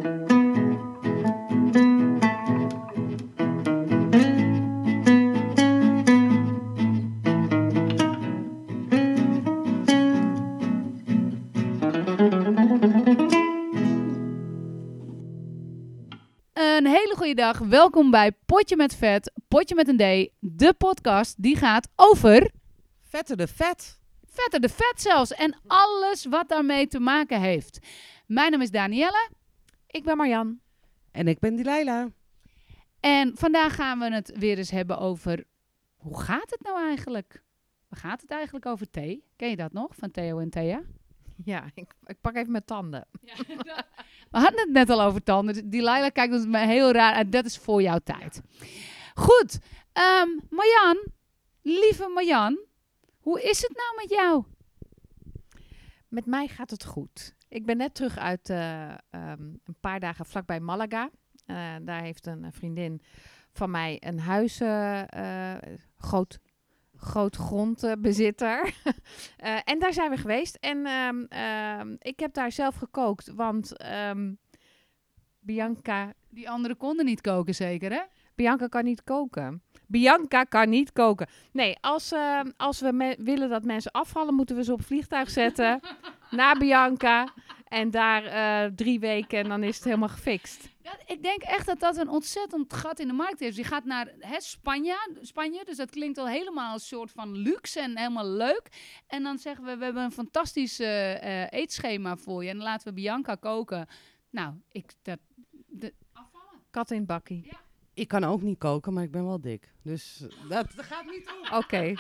Een hele goede dag. Welkom bij Potje met Vet, Potje met een D. De podcast die gaat over... Vetter de vet. Vetter de vet zelfs. En alles wat daarmee te maken heeft. Mijn naam is Danielle. Ik ben Marjan. En ik ben Delilah. En vandaag gaan we het weer eens hebben over... Hoe gaat het nou eigenlijk? Waar gaat het eigenlijk over thee? Ken je dat nog, van Theo en Thea? Ja, ik pak even mijn tanden. Ja, we hadden het net al over tanden. Delilah kijkt ons me heel raar uit. Dat is voor jouw tijd. Goed. Marjan, lieve Marjan. Hoe is het nou met jou? Met mij gaat het goed. Ik ben net terug uit een paar dagen vlakbij Malaga. Daar heeft een vriendin van mij een huis, groot grondbezitter. En daar zijn we geweest. En ik heb daar zelf gekookt, want Bianca... Die anderen konden niet koken zeker, hè? Bianca kan niet koken. Bianca kan niet koken. Nee, als we willen dat mensen afvallen, moeten we ze op vliegtuig zetten naar Bianca. En daar 3 weken en dan is het helemaal gefixt. Ja, ik denk echt dat dat een ontzettend gat in de markt is. Je gaat naar Spanje, dus dat klinkt al helemaal een soort van luxe en helemaal leuk. En dan zeggen we hebben een fantastisch eetschema voor je en dan laten we Bianca koken. Nou, afvallen. Kat in het bakkie. Ja. Ik kan ook niet koken, maar ik ben wel dik. Dus dat gaat niet om. Oké,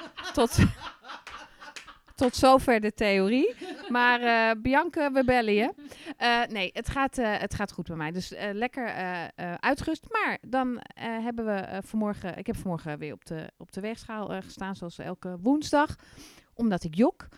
tot zover de theorie. Maar Bianca, we bellen je. Nee, het gaat goed bij mij. Dus lekker uitgerust. Maar dan hebben we vanmorgen... Ik heb vanmorgen weer op de weegschaal gestaan, zoals elke woensdag. Omdat ik jok.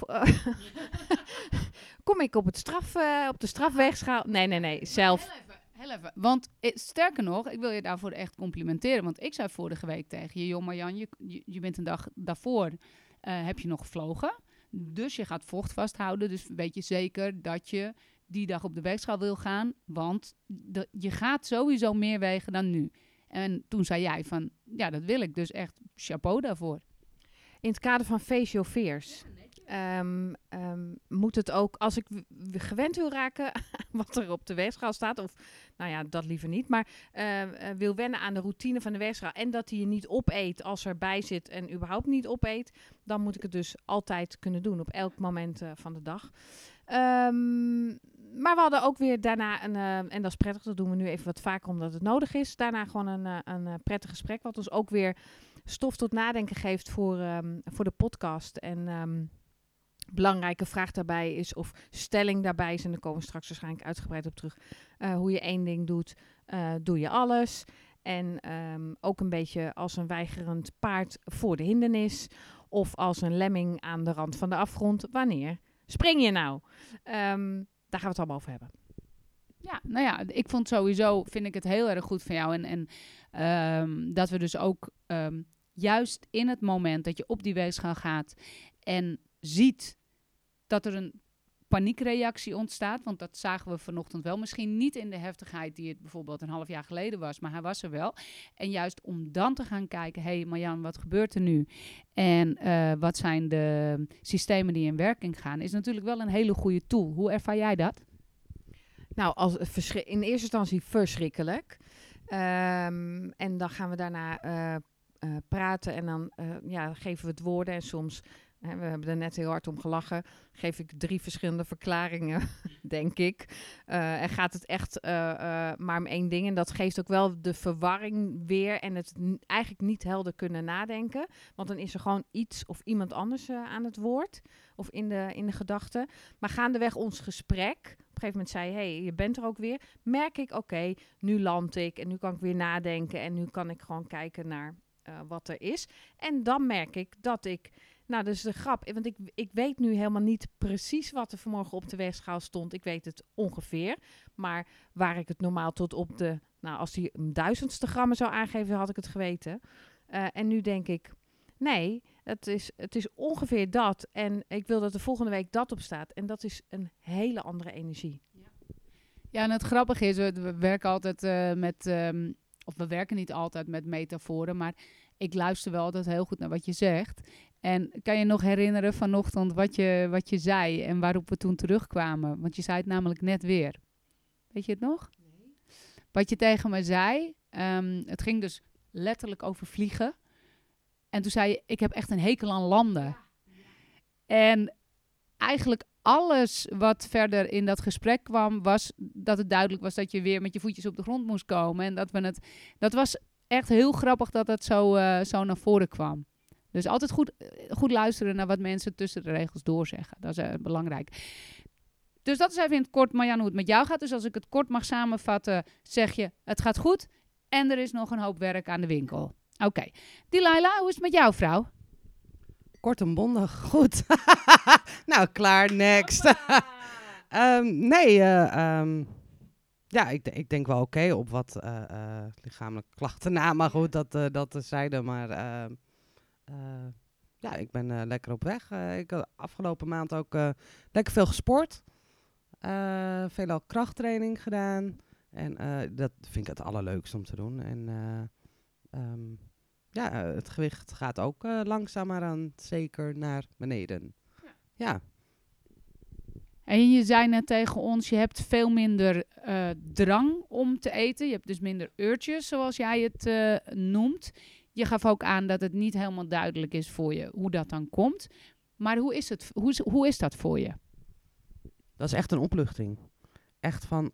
Kom ik op de strafweegschaal? Nee, zelf. Heel even. Want sterker nog, ik wil je daarvoor echt complimenteren. Want ik zei vorige week tegen je, joh Marjan, je bent een dag daarvoor, heb je nog gevlogen. Dus je gaat vocht vasthouden. Dus weet je zeker dat je die dag op de weegschaal wil gaan. Want je gaat sowieso meer wegen dan nu. En toen zei jij van, ja dat wil ik. Dus echt chapeau daarvoor. In het kader van Face Your Fears. Moet het ook, als ik gewend wil raken wat er op de weegschaal staat, of nou ja, dat liever niet, maar wil wennen aan de routine van de weegschaal en dat hij je niet opeet als er bij zit en überhaupt niet opeet, dan moet ik het dus altijd kunnen doen op elk moment van de dag. Maar we hadden ook weer daarna, en dat is prettig, dat doen we nu even wat vaker omdat het nodig is, daarna gewoon een prettig gesprek, wat ons ook weer stof tot nadenken geeft voor de podcast. En belangrijke vraag daarbij is, of stelling daarbij is, en daar komen we straks waarschijnlijk uitgebreid op terug, hoe je 1 ding doet, doe je alles. En ook een beetje als een weigerend paard voor de hindernis, of als een lemming aan de rand van de afgrond. Wanneer spring je nou? Daar gaan we het allemaal over hebben. Ja, nou ja, ik vond sowieso, vind ik het heel erg goed van jou. En dat we dus ook juist in het moment dat je op die weegschaal gaat en ziet dat er een paniekreactie ontstaat. Want dat zagen we vanochtend wel. Misschien niet in de heftigheid die het bijvoorbeeld een half jaar geleden was. Maar hij was er wel. En juist om dan te gaan kijken. Hé Marjan, wat gebeurt er nu? En wat zijn de systemen die in werking gaan? Is natuurlijk wel een hele goede tool. Hoe ervaar jij dat? Nou, in eerste instantie verschrikkelijk. En dan gaan we daarna praten. En dan geven we het woorden. En soms... we hebben er net heel hard om gelachen. Geef ik 3 verschillende verklaringen, denk ik. En gaat het echt maar om 1 ding. En dat geeft ook wel de verwarring weer. En het eigenlijk niet helder kunnen nadenken. Want dan is er gewoon iets of iemand anders aan het woord. Of in de gedachten. Maar gaandeweg ons gesprek. Op een gegeven moment zei je, je bent er ook weer. Merk ik, oké, nu land ik. En nu kan ik weer nadenken. En nu kan ik gewoon kijken naar wat er is. En dan merk ik dat ik... Nou, dat is de grap. Want ik weet nu helemaal niet precies wat er vanmorgen op de weegschaal stond. Ik weet het ongeveer. Maar waar ik het normaal tot op de... Nou, als die 1000ste grammen zou aangeven, had ik het geweten. En nu denk ik... Nee, het is ongeveer dat. En ik wil dat de volgende week dat op staat. En dat is een hele andere energie. Ja, en het grappige is, we werken altijd of we werken niet altijd met metaforen, maar ik luister wel altijd heel goed naar wat je zegt. En kan je nog herinneren vanochtend wat je zei en waarop we toen terugkwamen? Want je zei het namelijk net weer. Weet je het nog? Nee. Wat je tegen me zei, het ging dus letterlijk over vliegen. En toen zei je, ik heb echt een hekel aan landen. Ja. En eigenlijk alles wat verder in dat gesprek kwam, was dat het duidelijk was dat je weer met je voetjes op de grond moest komen. En dat was echt heel grappig dat het zo naar voren kwam. Dus altijd goed luisteren naar wat mensen tussen de regels doorzeggen. Dat is belangrijk. Dus dat is even in het kort, Marjan, hoe het met jou gaat. Dus als ik het kort mag samenvatten, zeg je, het gaat goed. En er is nog een hoop werk aan de winkel. Oké. Delilah, hoe is het met jou, vrouw? Kort en bondig, goed. Nou, klaar, next. Ja, ik denk wel oké op wat lichamelijke klachten na. Maar goed, dat terzijde. Maar ja, ik ben lekker op weg. Ik heb afgelopen maand ook lekker veel gesport. Veelal krachttraining gedaan. En dat vind ik het allerleukste om te doen. En ja, het gewicht gaat ook langzamerhand zeker naar beneden. Ja. En je zei net tegen ons, je hebt veel minder drang om te eten. Je hebt dus minder urges, zoals jij het noemt. Je gaf ook aan dat het niet helemaal duidelijk is voor je hoe dat dan komt. Maar hoe is dat voor je? Dat is echt een opluchting. Echt van,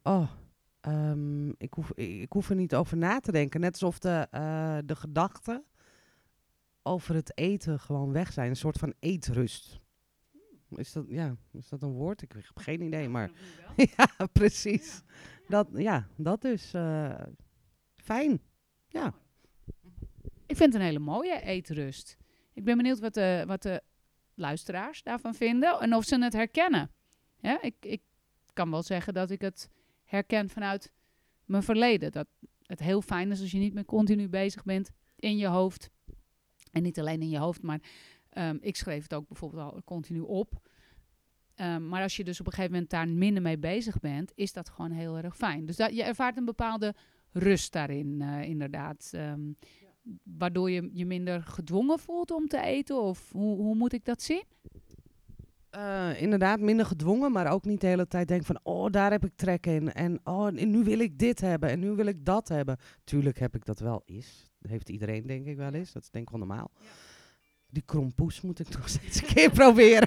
ik hoef er niet over na te denken. Net alsof de gedachten over het eten gewoon weg zijn. Een soort van eetrust. Is dat een woord? Ik heb geen idee, maar... Ja, precies. Dat dus. Fijn. Ja. Ik vind het een hele mooie eetrust. Ik ben benieuwd wat de luisteraars daarvan vinden en of ze het herkennen. Ja, ik kan wel zeggen dat ik het herken vanuit mijn verleden. Dat het heel fijn is als je niet meer continu bezig bent in je hoofd. En niet alleen in je hoofd, maar ik schreef het ook bijvoorbeeld al continu op. Maar als je dus op een gegeven moment daar minder mee bezig bent, is dat gewoon heel erg fijn. Dus je ervaart een bepaalde rust daarin, inderdaad. Waardoor je je minder gedwongen voelt om te eten? Of hoe moet ik dat zien? Inderdaad, minder gedwongen, maar ook niet de hele tijd denken van, oh, daar heb ik trek in. En nu wil ik dit hebben en nu wil ik dat hebben. Tuurlijk heb ik dat wel eens. Dat heeft iedereen denk ik wel eens. Dat is denk ik wel normaal. Ja. Die krompoes moet ik nog steeds een keer proberen.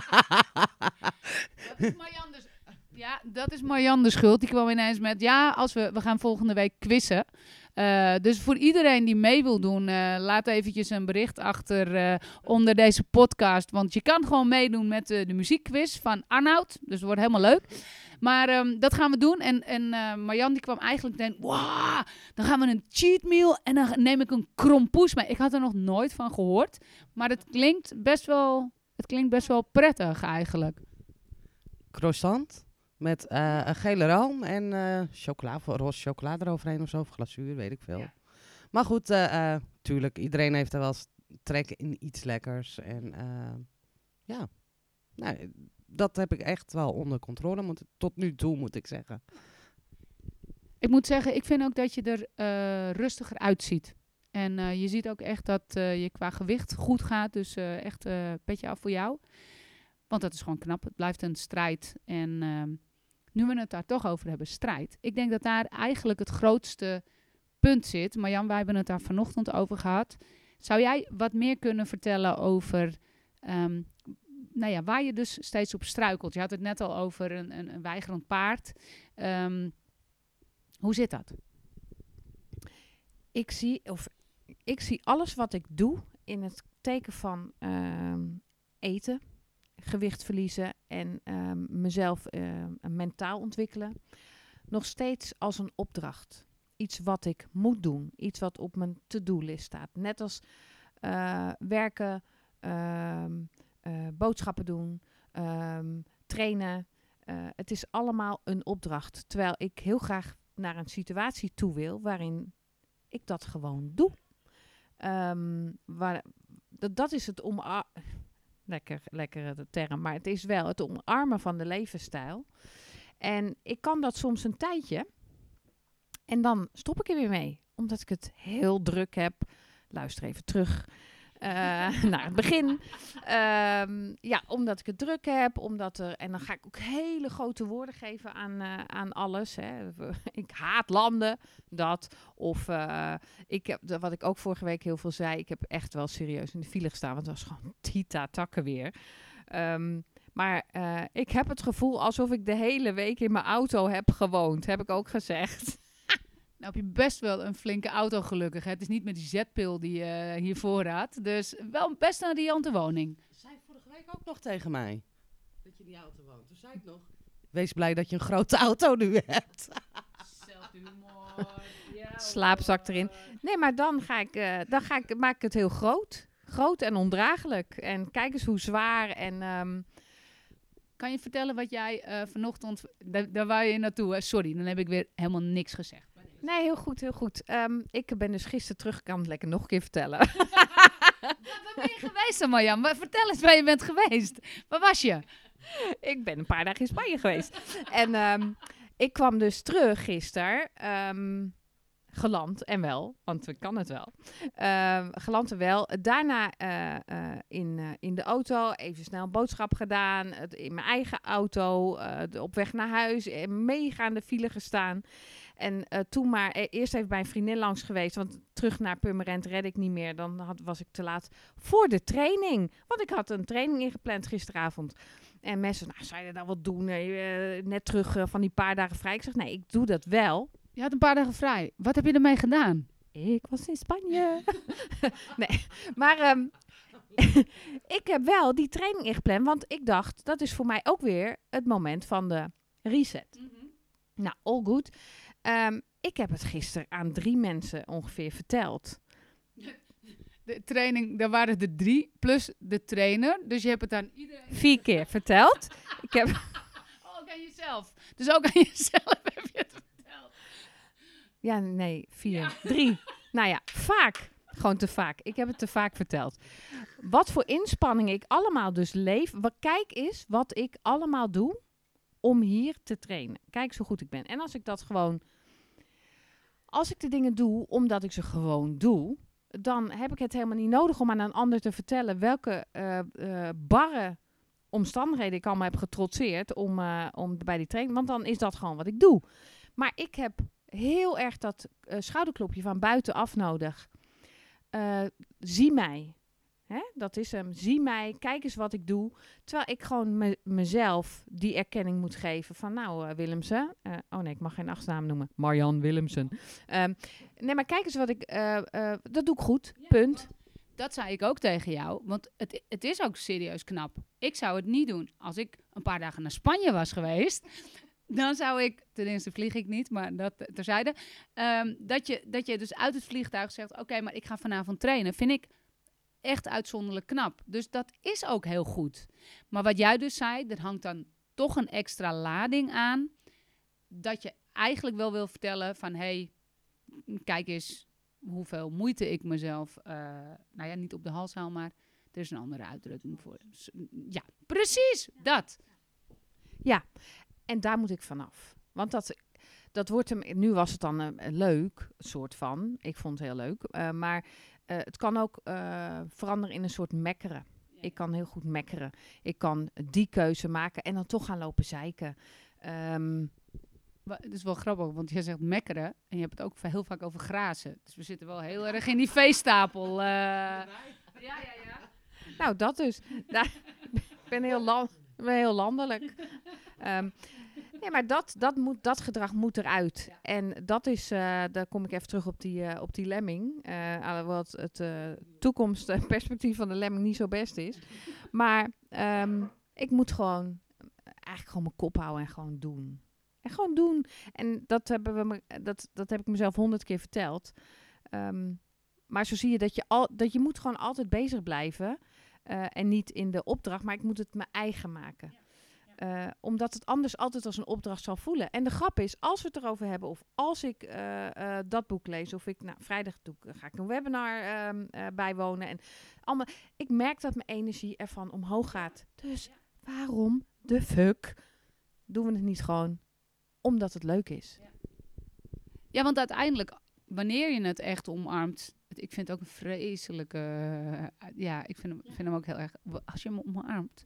Dat is Marjan de schuld. Die kwam ineens met, we gaan volgende week quizzen. Dus voor iedereen die mee wil doen, laat eventjes een bericht achter onder deze podcast. Want je kan gewoon meedoen met de muziekquiz van Arnoud. Dus het wordt helemaal leuk. Maar dat gaan we doen. En Marjan die kwam eigenlijk denken, wow, dan gaan we een cheat meal en dan neem ik een krompoes mee. Ik had er nog nooit van gehoord. Maar het klinkt best wel prettig eigenlijk. Croissant met een gele room en roze chocola eroverheen of zo. Of glazuur, weet ik veel. Ja. Maar goed, tuurlijk, iedereen heeft er wel eens trek in iets lekkers. En dat heb ik echt wel onder controle. Tot nu toe, moet ik zeggen. Ik moet zeggen, ik vind ook dat je er rustiger uitziet. En je ziet ook echt dat je qua gewicht goed gaat. Dus echt petje af voor jou. Want dat is gewoon knap. Het blijft een strijd. En nu we het daar toch over hebben, strijd. Ik denk dat daar eigenlijk het grootste punt zit. Marjan, wij hebben het daar vanochtend over gehad. Zou jij wat meer kunnen vertellen over waar je dus steeds op struikelt? Je had het net al over een weigerend paard. Hoe zit dat? Ik zie alles wat ik doe in het teken van eten, gewicht verliezen en mezelf mentaal ontwikkelen. Nog steeds als een opdracht. Iets wat ik moet doen. Iets wat op mijn to-do-list staat. Net als werken, boodschappen doen, trainen. Het is allemaal een opdracht. Terwijl ik heel graag naar een situatie toe wil waarin ik dat gewoon doe. Dat is het lekkere term, maar het is wel het omarmen van de levensstijl. En ik kan dat soms een tijdje. En dan stop ik er weer mee. Omdat ik het heel druk heb. Luister even terug naar het begin. Omdat ik het druk heb. En dan ga ik ook hele grote woorden geven aan alles. Hè. Ik haat landen. Dat. Of wat ik ook vorige week heel veel zei. Ik heb echt wel serieus in de file gestaan. Want het was gewoon tita-takken weer. Maar ik heb het gevoel alsof ik de hele week in mijn auto heb gewoond. Heb ik ook gezegd. Nou heb je best wel een flinke auto gelukkig. Hè? Het is niet met die zetpil die je hiervoor had. Dus wel best een riante woning. Zei vorige week ook nog tegen mij. Dat je in die auto woont. Toen zei ik nog. Wees blij dat je een grote auto nu hebt. Zelfhumor. Ja, Slaapzak erin. Nee, maar dan maak ik het heel groot. Groot en ondraaglijk. En kijk eens hoe zwaar en... Kan je vertellen wat jij vanochtend... Daar wou je naartoe, hè? Sorry, dan heb ik weer helemaal niks gezegd. Nee, heel goed, heel goed. Ik ben dus gisteren terug, ik kan het lekker nog een keer vertellen. Waar ben je geweest dan, Marjan? Maar vertel eens waar je bent geweest. Waar was je? Ik ben een paar dagen in Spanje geweest. En ik kwam dus terug gisteren. Geland en wel, want ik kan het wel. Geland en wel. Daarna in de auto even snel een boodschap gedaan. In mijn eigen auto. Op weg naar huis. Mega in de file gestaan. En toen maar eerst even bij een vriendin langs geweest. Want terug naar Purmerend red ik niet meer. Dan was ik te laat voor de training. Want ik had een training ingepland gisteravond. En mensen, zou je dat wel doen? Net terug van die paar dagen vrij. Ik zeg, nee, ik doe dat wel. Je had een paar dagen vrij. Wat heb je ermee gedaan? Ik was in Spanje. Nee, maar ik heb wel die training ingepland. Want ik dacht, dat is voor mij ook weer het moment van de reset. Mm-hmm. Nou, all good. Ik heb het gisteren aan 3 mensen ongeveer verteld. De training, daar waren er 3 plus de trainer. Dus je hebt het aan iedereen... 4 keer verteld. Ik heb... ook aan jezelf. Dus ook aan jezelf heb je het verteld. Ja, nee, 4. Ja. 3. Nou ja, vaak. Gewoon te vaak. Ik heb het te vaak verteld. Wat voor inspanningen ik allemaal dus leef. Kijk eens wat ik allemaal doe om hier te trainen. Kijk zo goed ik ben. En als ik dat gewoon... Als ik de dingen doe omdat ik ze gewoon doe... dan heb ik het helemaal niet nodig om aan een ander te vertellen... welke barre omstandigheden ik allemaal heb getrotseerd... om bij die training... want dan is dat gewoon wat ik doe. Maar ik heb heel erg dat schouderklopje van buitenaf nodig. Zie mij. Hè? Dat is hem. Zie mij. Kijk eens wat ik doe. Terwijl ik gewoon mezelf die erkenning moet geven. Van Willemsen. Ik mag geen achternaam noemen. Marjan Willemsen. Nee, maar kijk eens wat ik... dat doe ik goed. Ja, punt. Dat zei ik ook tegen jou. Want het is ook serieus knap. Ik zou het niet doen. Als ik een paar dagen naar Spanje was geweest... Dan zou ik, tenminste vlieg ik niet, maar dat terzijde, dat je dus uit het vliegtuig zegt, oké, maar ik ga vanavond trainen, vind ik echt uitzonderlijk knap. Dus dat is ook heel goed. Maar wat jij dus zei, er hangt dan toch een extra lading aan, dat je eigenlijk wel wil vertellen van, kijk eens hoeveel moeite ik mezelf, niet op de hals haal, maar er is een andere uitdrukking voor. Ja, precies, dat. Ja. En daar moet ik vanaf. Want dat wordt hem... Nu was het dan leuk, soort van. Ik vond het heel leuk. Maar het kan ook veranderen in een soort mekkeren. Ja. Ik kan heel goed mekkeren. Ik kan die keuze maken en dan toch gaan lopen zeiken. Het is wel grappig, want je zegt mekkeren. En je hebt het ook heel vaak over grazen. Dus we zitten wel heel erg in die veestapel. Ja. Nou, dat dus. Ik ben heel landelijk. Nee, maar dat gedrag moet eruit. Ja. En dat is, daar kom ik even terug op die lemming. Wat het toekomstperspectief van de lemming niet zo best is. Maar ik moet gewoon mijn kop houden en gewoon doen. En gewoon doen. En dat heb ik mezelf 100 keer verteld. Maar zo zie je dat je moet gewoon altijd bezig blijven. En niet in de opdracht, maar ik moet het mijn eigen maken. Ja. Omdat het anders altijd als een opdracht zal voelen. En de grap is, als we het erover hebben... of als ik dat boek lees... of ik vrijdag ga ik een webinar bijwonen. En allemaal, ik merk dat mijn energie ervan omhoog gaat. Dus waarom de fuck doen we het niet gewoon omdat het leuk is. Ja, want uiteindelijk, wanneer je het echt omarmt... Ik vind het ook een vreselijke... ik vind hem ook heel erg... Als je hem omarmt...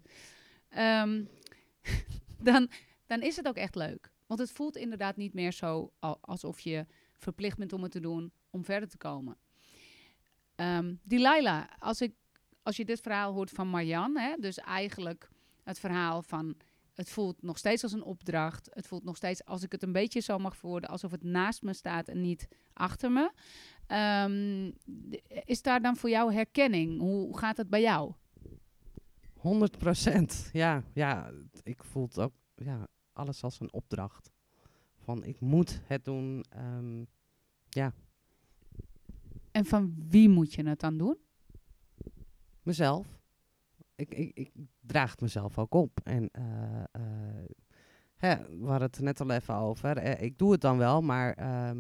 dan is het ook echt leuk. Want het voelt inderdaad niet meer zo alsof je verplicht bent om het te doen... om verder te komen. Delilah, als je dit verhaal hoort van Marjan... Hè, dus eigenlijk het verhaal van... Het voelt nog steeds als een opdracht. Het voelt nog steeds, als ik het een beetje zo mag verwoorden... alsof het naast me staat en niet achter me. Is daar dan voor jou herkenning? Hoe gaat het bij jou? 100%. Ja, ik voel het ook alles als een opdracht. Van ik moet het doen. En van wie moet je het dan doen? Mezelf. Ik draag het mezelf ook op. En we hadden het er net al even over. Ik doe het dan wel, maar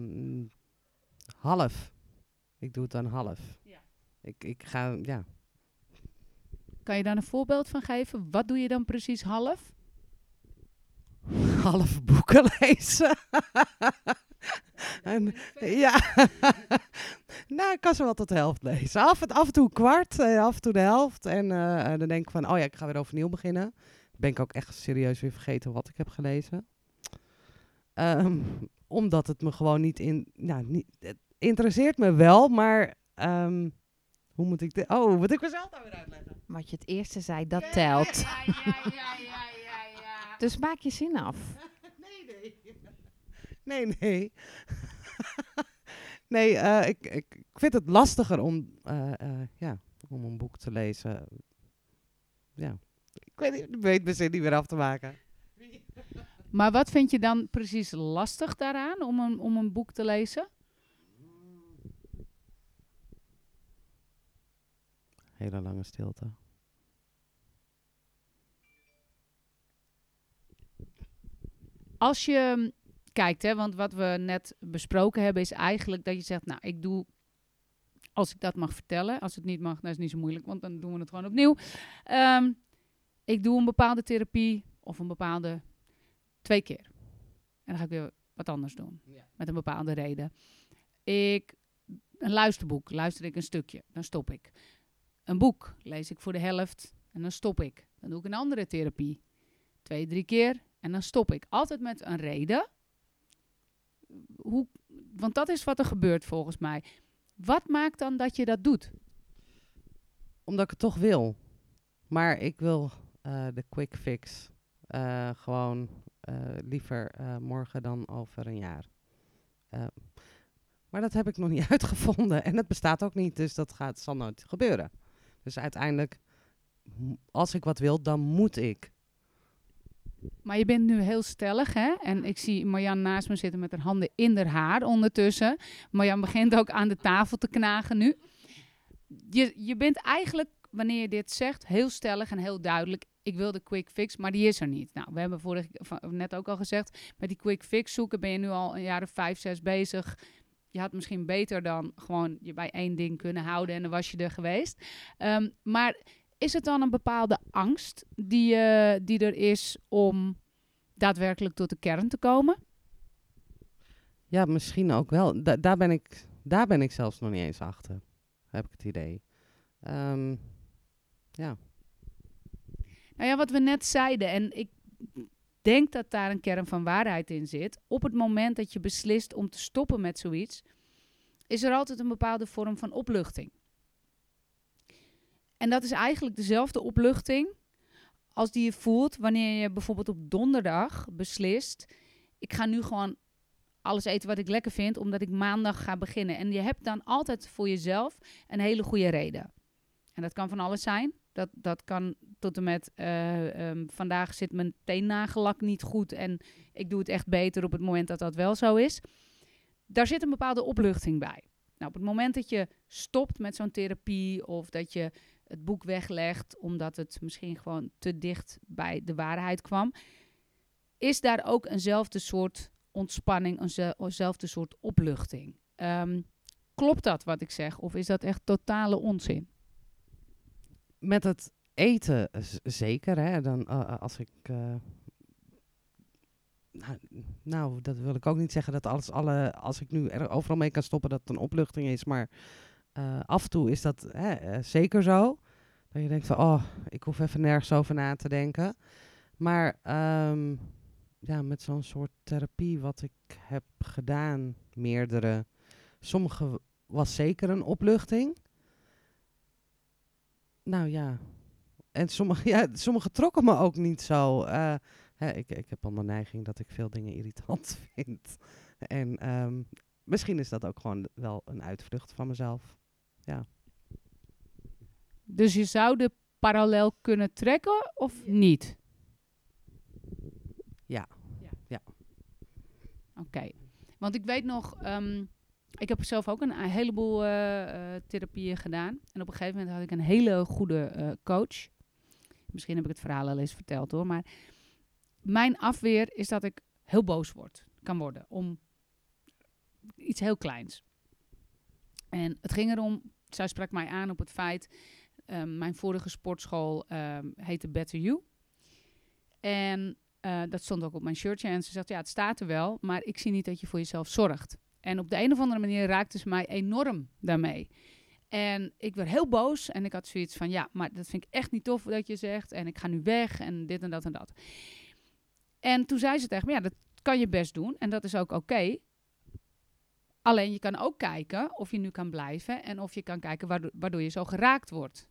half. Ik doe het dan half. Ja. Ik ga, Kan je daar een voorbeeld van geven? Wat doe je dan precies half? half boeken lezen. Nou, ik kan ze wel tot de helft lezen. Af en toe een kwart, af en toe de helft. En dan denk ik van, ik ga weer overnieuw beginnen. Ben ik ook echt serieus weer vergeten wat ik heb gelezen. Omdat het me gewoon niet het interesseert me wel, maar hoe moet ik dit... Oh, moet ik mezelf daar weer uitleggen? Wat je het eerste zei, dat telt. Ja. Dus maak je zin af. Nee. Nee, ik vind het lastiger om een boek te lezen. Ja, ik weet mijn zin niet meer af te maken. Maar wat vind je dan precies lastig daaraan om een boek te lezen? Hele lange stilte. Als je kijkt, hè, want wat we net besproken hebben is eigenlijk dat je zegt, nou, ik doe, als ik dat mag vertellen, als het niet mag, dan is het niet zo moeilijk, want dan doen we het gewoon opnieuw. Ik doe een bepaalde therapie of een bepaalde 2 keer. En dan ga ik weer wat anders doen, met een bepaalde reden. Een luisterboek, luister ik een stukje, dan stop ik. Een boek lees ik voor de helft en dan stop ik. Dan doe ik een andere therapie, 2, 3 keer en dan stop ik. Altijd met een reden. Want dat is wat er gebeurt volgens mij. Wat maakt dan dat je dat doet? Omdat ik het toch wil. Maar ik wil de quick fix. Gewoon liever morgen dan over een jaar. Maar dat heb ik nog niet uitgevonden. En het bestaat ook niet, dus zal nooit gebeuren. Dus uiteindelijk, als ik wat wil, dan moet ik. Maar je bent nu heel stellig, hè? En ik zie Marjan naast me zitten met haar handen in haar haar ondertussen. Marjan begint ook aan de tafel te knagen nu. Je bent eigenlijk, wanneer je dit zegt, heel stellig en heel duidelijk. Ik wil de quick fix, maar die is er niet. Nou, we hebben net ook al gezegd, met die quick fix zoeken ben je nu al een jaar of 5, 6 bezig. Je had misschien beter dan gewoon je bij 1 ding kunnen houden en dan was je er geweest. Maar is het dan een bepaalde angst die er is om daadwerkelijk tot de kern te komen? Ja, misschien ook wel. Daar ben ik zelfs nog niet eens achter, heb ik het idee. Ja. Nou ja, wat we net zeiden, en ik denk dat daar een kern van waarheid in zit. Op het moment dat je beslist om te stoppen met zoiets, is er altijd een bepaalde vorm van opluchting. En dat is eigenlijk dezelfde opluchting als die je voelt wanneer je bijvoorbeeld op donderdag beslist, ik ga nu gewoon alles eten wat ik lekker vind, omdat ik maandag ga beginnen. En je hebt dan altijd voor jezelf een hele goede reden. En dat kan van alles zijn. Dat kan tot en met vandaag zit mijn teennagellak niet goed en ik doe het echt beter op het moment dat dat wel zo is. Daar zit een bepaalde opluchting bij. Nou, op het moment dat je stopt met zo'n therapie of dat je het boek weglegt omdat het misschien gewoon te dicht bij de waarheid kwam, is daar ook eenzelfde soort ontspanning, eenzelfde soort opluchting. Klopt dat wat ik zeg of is dat echt totale onzin? Met het eten zeker. Hè? Dan, als ik Nou, dat wil ik ook niet zeggen dat als ik nu er overal mee kan stoppen, dat het een opluchting is. Maar af en toe is dat zeker zo. Dat je denkt van, ik hoef even nergens over na te denken. Maar met zo'n soort therapie wat ik heb gedaan, meerdere. Sommige was zeker een opluchting. Nou ja. En sommige trokken me ook niet zo. Ik heb al mijn neiging dat ik veel dingen irritant vind. En misschien is dat ook gewoon wel een uitvlucht van mezelf. Ja. Dus je zou de parallel kunnen trekken of niet? Ja. Oké. Want ik weet nog, ik heb zelf ook een heleboel therapieën gedaan. En op een gegeven moment had ik een hele goede coach. Misschien heb ik het verhaal al eens verteld hoor. Maar mijn afweer is dat ik heel boos kan worden om iets heel kleins. En het ging erom, zij sprak mij aan op het feit, mijn vorige sportschool heette Better You. En dat stond ook op mijn shirtje. En ze zegt, ja, het staat er wel, maar ik zie niet dat je voor jezelf zorgt. En op de een of andere manier raakte ze mij enorm daarmee. En ik werd heel boos en ik had zoiets van, ja, maar dat vind ik echt niet tof dat je zegt. En ik ga nu weg en dit en dat en dat. En toen zei ze tegen me, ja, dat kan je best doen en dat is ook oké. Alleen je kan ook kijken of je nu kan blijven en of je kan kijken waardoor je zo geraakt wordt.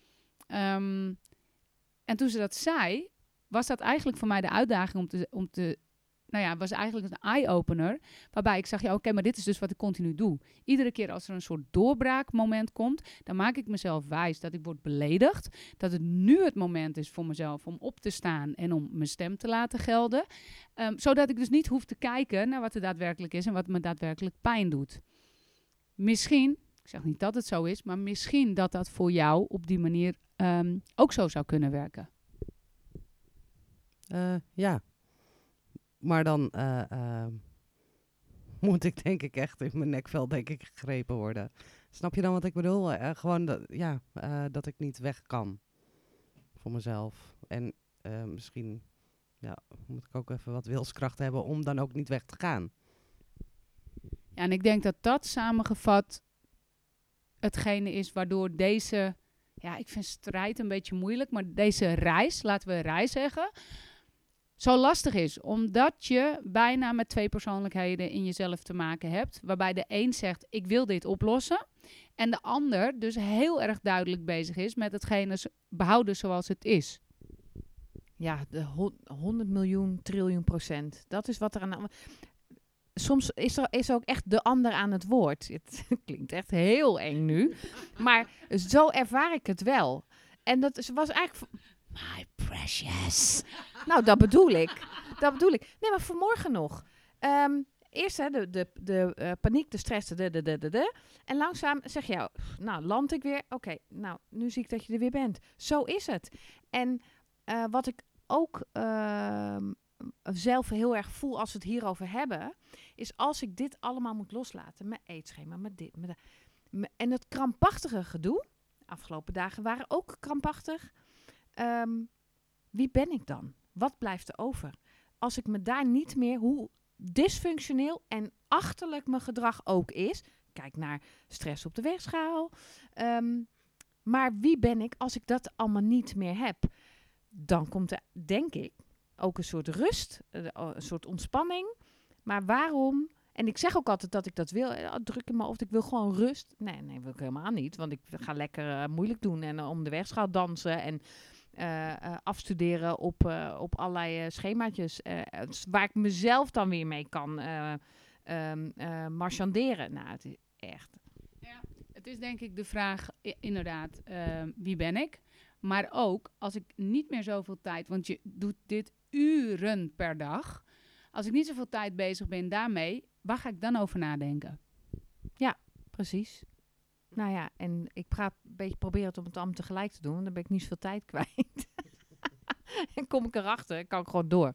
En toen ze dat zei, was dat eigenlijk voor mij de uitdaging was eigenlijk een eye-opener. Waarbij ik zag, ja oké, maar dit is dus wat ik continu doe. Iedere keer als er een soort doorbraakmoment komt, dan maak ik mezelf wijs dat ik word beledigd. Dat het nu het moment is voor mezelf om op te staan en om mijn stem te laten gelden. Zodat ik dus niet hoef te kijken naar wat er daadwerkelijk is en wat me daadwerkelijk pijn doet. Misschien, ik zeg niet dat het zo is, maar misschien dat voor jou op die manier ook zo zou kunnen werken. Ja. Maar dan moet ik denk ik echt in mijn nekvel gegrepen worden. Snap je dan wat ik bedoel? Gewoon dat ik niet weg kan voor mezelf. En misschien moet ik ook even wat wilskracht hebben om dan ook niet weg te gaan. Ja, en ik denk dat samengevat hetgene is waardoor deze, ik vind strijd een beetje moeilijk, maar deze reis, laten we reis zeggen, zo lastig is, omdat je bijna met twee persoonlijkheden in jezelf te maken hebt, waarbij de een zegt, ik wil dit oplossen, en de ander dus heel erg duidelijk bezig is met hetgene behouden zoals het is. Ja, de 100 miljoen, triljoen %. Dat is wat er aan... Soms is er ook echt de ander aan het woord. Het klinkt echt heel eng nu, maar zo ervaar ik het wel. En dat was eigenlijk... My precious. Nou, dat bedoel ik. Nee, maar vanmorgen nog. Eerst de paniek, de stress, En langzaam zeg je, nou, land ik weer. Oké, nou, nu zie ik dat je er weer bent. Zo is het. En wat ik ook zelf heel erg voel als we het hierover hebben, is als ik dit allemaal moet loslaten, mijn eetschema, met dit, en het krampachtige gedoe, de afgelopen dagen waren ook krampachtig. Wie ben ik dan? Wat blijft er over? Als ik me daar niet meer, hoe dysfunctioneel en achterlijk mijn gedrag ook is, kijk naar stress op de weegschaal, maar wie ben ik als ik dat allemaal niet meer heb? Dan komt er, denk ik, ook een soort rust, een soort ontspanning. Maar waarom? En ik zeg ook altijd dat ik dat wil. Druk in me of ik wil gewoon rust. Nee, wil ik helemaal niet. Want ik ga lekker moeilijk doen en om de weegschaal dansen en afstuderen op allerlei schemaatjes. Waar ik mezelf dan weer mee kan marchanderen. Nou, het is echt... Ja, het is denk ik de vraag, inderdaad, wie ben ik? Maar ook, als ik niet meer zoveel tijd... Want je doet dit uren per dag. Als ik niet zoveel tijd bezig ben daarmee, waar ga ik dan over nadenken? Ja, precies. Nou ja, en ik probeer het om het allemaal tegelijk te doen, want dan ben ik niet zoveel tijd kwijt. En kom ik erachter, kan ik gewoon door.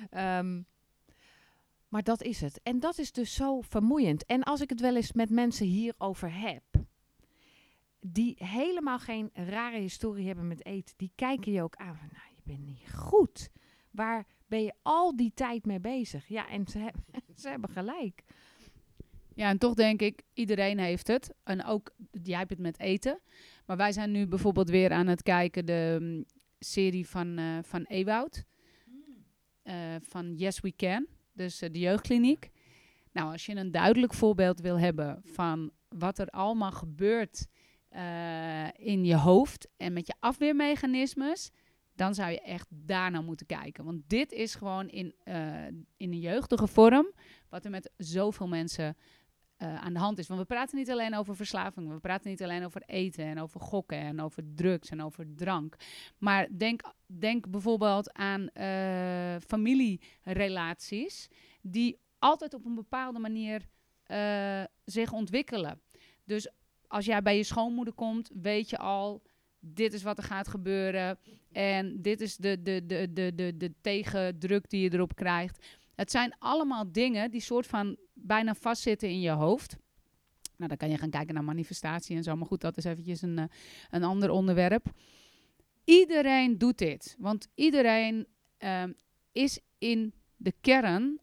Maar dat is het. En dat is dus zo vermoeiend. En als ik het wel eens met mensen hierover heb, die helemaal geen rare historie hebben met eten, die kijken je ook aan van, nou, je bent niet goed. Waar ben je al die tijd mee bezig. Ja, en ze hebben gelijk. Ja, en toch denk ik, iedereen heeft het. En ook, jij hebt het met eten. Maar wij zijn nu bijvoorbeeld weer aan het kijken, de serie van Ewoud. Van Yes We Can. Dus de jeugdkliniek. Nou, als je een duidelijk voorbeeld wil hebben van wat er allemaal gebeurt in je hoofd en met je afweermechanismes, dan zou je echt daarnaar moeten kijken. Want dit is gewoon in een jeugdige vorm wat er met zoveel mensen aan de hand is. Want we praten niet alleen over verslaving, we praten niet alleen over eten en over gokken en over drugs en over drank. Maar denk bijvoorbeeld aan familierelaties die altijd op een bepaalde manier zich ontwikkelen. Dus als jij bij je schoonmoeder komt, weet je al, dit is wat er gaat gebeuren. En dit is de tegendruk die je erop krijgt. Het zijn allemaal dingen die soort van bijna vastzitten in je hoofd. Nou, dan kan je gaan kijken naar manifestatie en zo. Maar goed, dat is eventjes een ander onderwerp. Iedereen doet dit. Want iedereen is in de kern,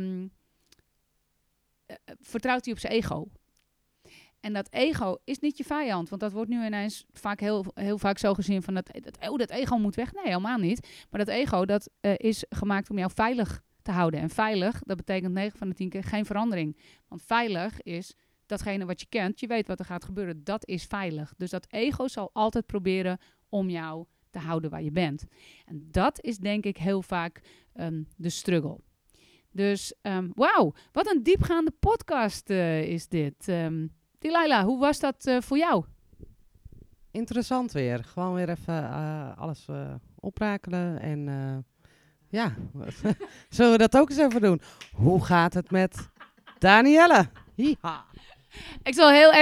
vertrouwt hij op zijn ego. En dat ego is niet je vijand. Want dat wordt nu ineens vaak heel vaak zo gezien van dat ego moet weg. Nee, helemaal niet. Maar dat ego, dat is gemaakt om jou veilig te houden. En veilig, dat betekent 9 van de 10 keer geen verandering. Want veilig is datgene wat je kent. Je weet wat er gaat gebeuren. Dat is veilig. Dus dat ego zal altijd proberen om jou te houden waar je bent. En dat is denk ik heel vaak de struggle. Dus wauw, wat een diepgaande podcast is dit. Delilah, hoe was dat voor jou? Interessant weer. Gewoon weer even alles oprakelen. En ja, zullen we dat ook eens even doen? Hoe gaat het met Danielle? Hiha. Ik zal heel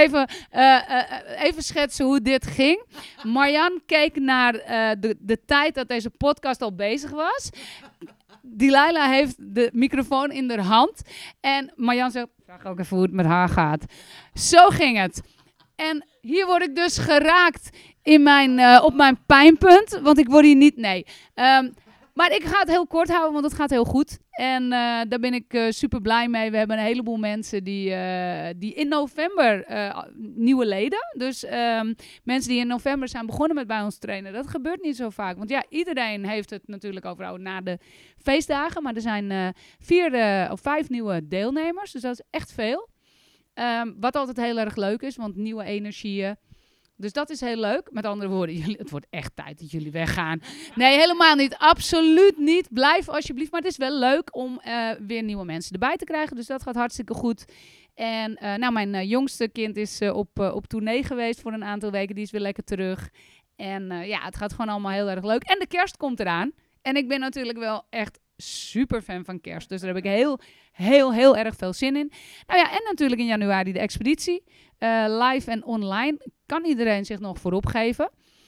even schetsen hoe dit ging. Marjan keek naar de tijd dat deze podcast al bezig was. Delilah heeft de microfoon in haar hand. En Marjan zegt, vraag ook even hoe het met haar gaat. Zo ging het. En hier word ik dus geraakt op mijn pijnpunt. Want ik word hier niet, nee. Maar ik ga het heel kort houden, want het gaat heel goed. En daar ben ik super blij mee. We hebben een heleboel mensen die in november nieuwe leden. Dus mensen die in november zijn begonnen met bij ons trainen. Dat gebeurt niet zo vaak. Want ja, iedereen heeft het natuurlijk over na de feestdagen. Maar er zijn 4 of 5 nieuwe deelnemers. Dus dat is echt veel. Wat altijd heel erg leuk is, want nieuwe energieën. Dus dat is heel leuk. Met andere woorden, het wordt echt tijd dat jullie weggaan. Nee, helemaal niet. Absoluut niet. Blijf alsjeblieft. Maar het is wel leuk om weer nieuwe mensen erbij te krijgen. Dus dat gaat hartstikke goed. En mijn jongste kind is op tournee geweest voor een aantal weken. Die is weer lekker terug. En het gaat gewoon allemaal heel erg leuk. En de kerst komt eraan. En ik ben natuurlijk wel echt super fan van kerst. Dus daar heb ik heel erg veel zin in. Nou ja, en natuurlijk in januari de expeditie. Live en online kan iedereen zich nog voor opgeven.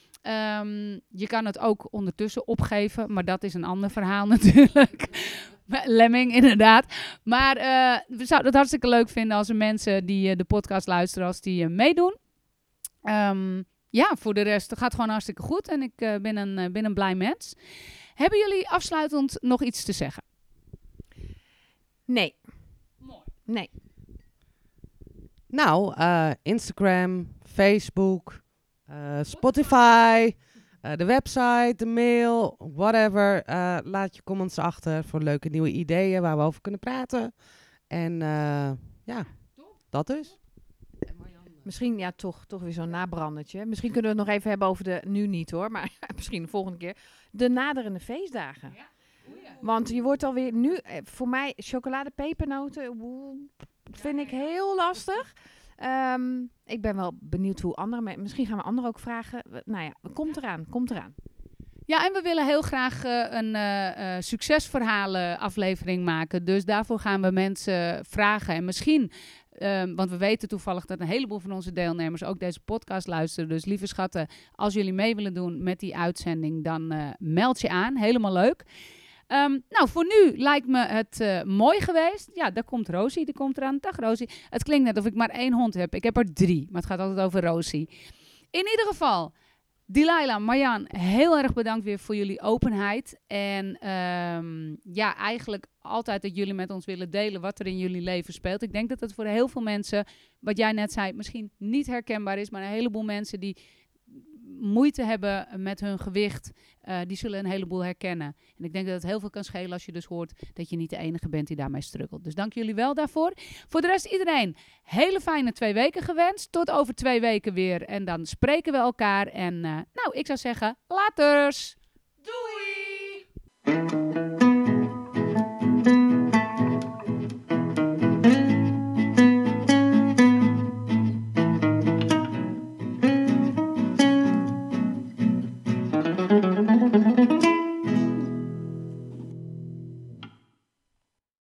Je kan het ook ondertussen opgeven, maar dat is een ander verhaal natuurlijk. Lemming, inderdaad. Maar we zouden het hartstikke leuk vinden als er mensen die de podcast luisteren, als die meedoen. Voor de rest het gaat gewoon hartstikke goed en ik ben een blij mens. Hebben jullie afsluitend nog iets te zeggen? Nee. Mooi. Nee. Nou, Instagram, Facebook, Spotify, de website, de mail, whatever. Laat je comments achter voor leuke nieuwe ideeën waar we over kunnen praten. En dat dus. Misschien toch weer zo'n nabrandertje. Misschien kunnen we het nog even hebben over nu niet hoor, maar misschien de volgende keer. De naderende feestdagen. Ja. Want je wordt alweer nu, voor mij, chocoladepepernoten vind ik heel lastig. Ik ben wel benieuwd hoe anderen, misschien gaan we anderen ook vragen. Nou ja, komt eraan. Ja, en we willen heel graag een succesverhalen aflevering maken. Dus daarvoor gaan we mensen vragen. En misschien, want we weten toevallig dat een heleboel van onze deelnemers ook deze podcast luisteren. Dus lieve schatten, als jullie mee willen doen met die uitzending, dan meld je aan. Helemaal leuk. Voor nu lijkt me het mooi geweest. Ja, daar komt Rosie, die komt eraan. Dag Rosie. Het klinkt net of ik maar 1 hond heb. Ik heb er 3, maar het gaat altijd over Rosie. In ieder geval, Delilah, Marjan, heel erg bedankt weer voor jullie openheid. En eigenlijk altijd dat jullie met ons willen delen wat er in jullie leven speelt. Ik denk dat het voor heel veel mensen, wat jij net zei, misschien niet herkenbaar is. Maar een heleboel mensen die moeite hebben met hun gewicht, die zullen een heleboel herkennen. En ik denk dat het heel veel kan schelen als je dus hoort dat je niet de enige bent die daarmee struggelt. Dus dank jullie wel daarvoor. Voor de rest iedereen, hele fijne 2 weken gewenst. Tot over 2 weken weer. En dan spreken we elkaar. En ik zou zeggen, laters! Doei!